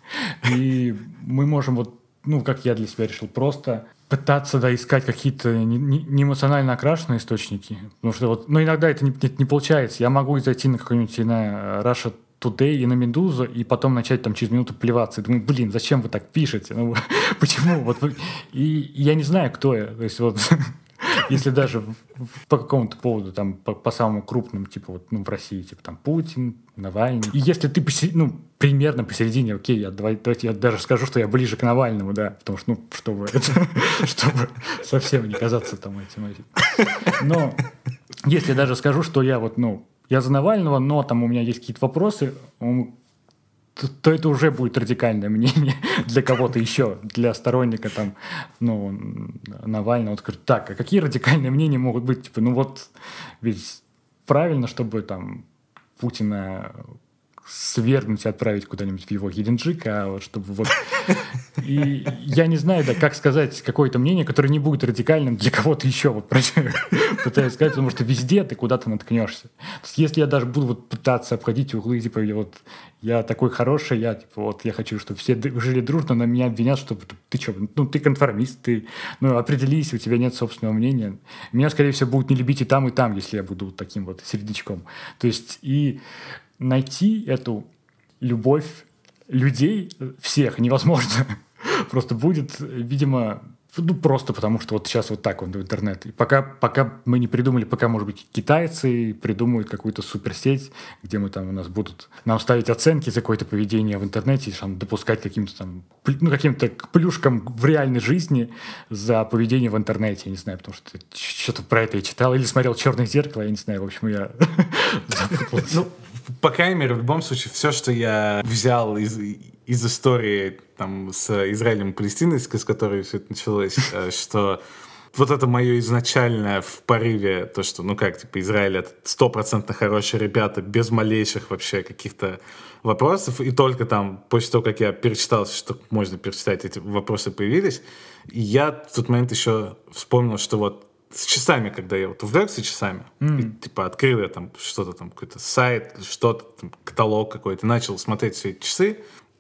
И мы можем вот, ну, как я для себя решил, просто пытаться, да, искать какие-то не, не эмоционально окрашенные источники, потому что вот, ну, иногда это не, не, не получается. Я могу зайти на какой-нибудь, на Russia Today и на Медузу, и потом начать там через минуту плеваться. И думаю, блин, зачем вы так пишете? Ну, почему? Вот вы... И я не знаю, кто я. То есть вот если даже по какому-то поводу, там, по, по самому крупному, типа вот, ну, в России, типа там Путин, Навальный. И если ты посередине, ну, примерно посередине, окей, я, давай, давайте я даже скажу, что я ближе к Навальному, да, потому что, ну, чтобы это, чтобы совсем не казаться там этим, этим. Но если даже скажу, что я вот, ну, я за Навального, но там у меня есть какие-то вопросы, то, то это уже будет радикальное мнение для кого-то еще, для сторонника там, ну, Навального. Вот скажет, так, а какие радикальные мнения могут быть? Типа, ну вот, ведь правильно, чтобы там Путина свергнуть и отправить куда-нибудь в его Геленджик, а вот чтобы вот... И я не знаю, да, как сказать какое-то мнение, которое не будет радикальным для кого-то еще, вот пытаюсь сказать, потому что везде ты куда-то наткнешься. То есть, если я даже буду вот пытаться обходить углы, типа, я вот я такой хороший, я типа вот я хочу, чтобы все жили дружно, но меня обвинят, что ты что, ну ты конформист, ты ну определись, у тебя нет собственного мнения. Меня, скорее всего, будут не любить и там, и там, если я буду вот таким вот середнячком. То есть и найти эту любовь людей всех невозможно. Просто будет, видимо, ну, просто потому, что вот сейчас вот так вот интернет. И пока, пока мы не придумали, пока, может быть, китайцы придумают какую-то суперсеть, где мы там у нас будут нам ставить оценки за какое-то поведение в интернете, и там, допускать каким-то там, ну, каким-то плюшкам в реальной жизни за поведение в интернете, я не знаю, потому что что-то про это я читал или смотрел «Черное зеркало», я не знаю, в общем, я запутался. Ну, по крайней мере, в любом случае, все, что я взял из, из истории там, с Израилем и Палестиной, с которой все это началось, что вот это мое изначальное в порыве, то, что, ну как, типа, Израиль — это стопроцентно хорошие ребята, без малейших вообще каких-то вопросов, и только там, после того, как я перечитал, что можно перечитать, эти вопросы появились, я в тот момент еще вспомнил, что вот с часами, когда я вот увлекся часами, mm. и, типа, открыл я там что-то там, какой-то сайт, что-то там, каталог какой-то, начал смотреть все эти часы,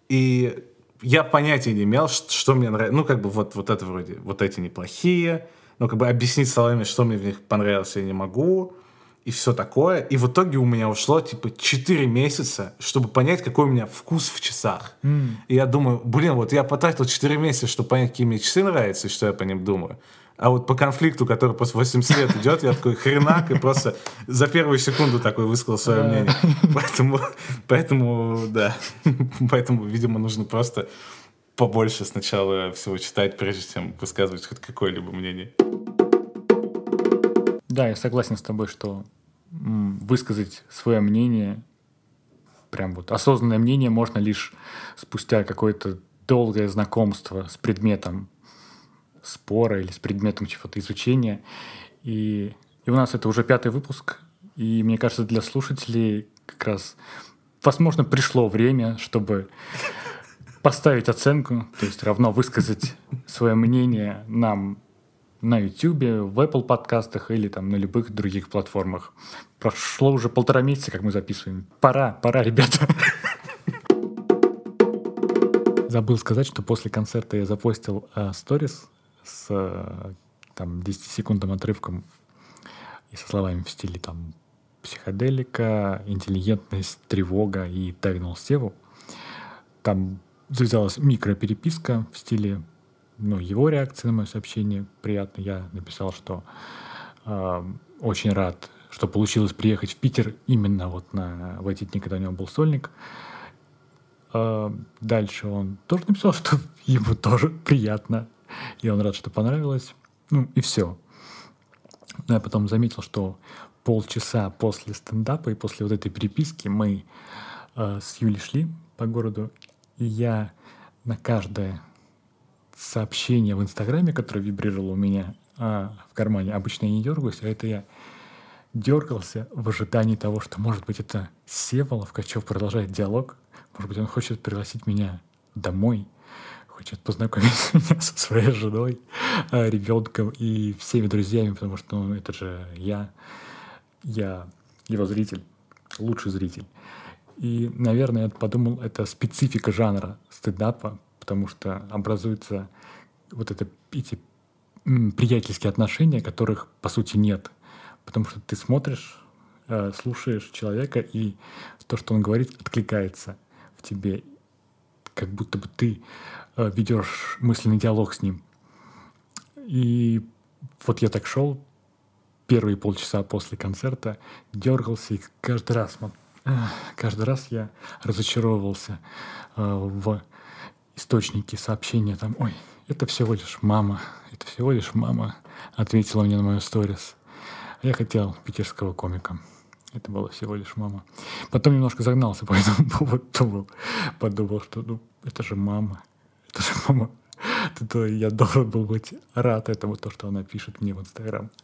и я понятия не имел, что, что мне нравится. Ну, как бы вот, вот это вроде, вот эти неплохие, но как бы объяснить словами, что мне в них понравилось, я не могу, и все такое. И в итоге у меня ушло, типа, четыре месяца, чтобы понять, какой у меня вкус в часах. Mm. И я думаю, блин, вот я потратил четыре месяца, чтобы понять, какие мне часы нравятся, и что я по ним думаю. А вот по конфликту, который после восемьдесят лет идет, я такой хренак и просто за первую секунду такой высказал свое мнение. Поэтому, поэтому, да, поэтому, видимо, нужно просто побольше сначала всего читать, прежде чем высказывать хоть какое-либо мнение. Да, я согласен с тобой, что м, высказать свое мнение, прям вот осознанное мнение можно лишь спустя какое-то долгое знакомство с предметом спора или с предметом чего-то изучения. И, и у нас это уже пятый выпуск, и мне кажется, для слушателей как раз, возможно, пришло время, чтобы поставить оценку, то есть равно высказать свое мнение нам на YouTube, в Apple подкастах или там на любых других платформах. Прошло уже полтора месяца, как мы записываем. Пора, пора, ребята. Забыл сказать, что после концерта я запостил сторис э, с э, там десятисекундным отрывком и со словами в стиле там психоделика, интеллигентность, тревога, и тегнул Севу. Там завязалась микропереписка в стиле, ну, его реакции на мое сообщение приятно. Я написал, что э, очень рад, что получилось приехать в Питер именно вот на, в эти дни, когда у него был сольник. Дальше он тоже написал, что ему тоже приятно, и он рад, что понравилось. Ну, и все. Но я потом заметил, что полчаса после стендапа и после вот этой переписки мы э, с Юлей шли по городу, и я на каждое сообщение в Инстаграме, которое вибрировало у меня э, в кармане, обычно я не дергаюсь, а это я дергался в ожидании того, что, может быть, это Сева Ловкачев продолжает диалог. Может быть, он хочет пригласить меня домой, хочет познакомить меня со своей женой, ребенком и всеми друзьями, потому что, ну, это же я, я его зритель, лучший зритель. И, наверное, я подумал, это специфика жанра стендапа, потому что образуются вот это, эти м, приятельские отношения, которых, по сути, нет. Потому что ты смотришь, слушаешь человека, и то, что он говорит, откликается в тебе, как будто бы ты ведешь мысленный диалог с ним. И вот я так шел первые полчаса после концерта, дергался, и каждый раз, каждый раз я разочаровывался в источнике сообщения. Там, ой, это всего лишь мама, это всего лишь мама ответила мне на мою сторис. Я хотел питерского комика. Это была всего лишь мама. Потом немножко загнался по этому поводу. Думал, подумал, что ну, это же мама. Это же мама. То я должен был быть рад этому, то, что она пишет мне в Инстаграм.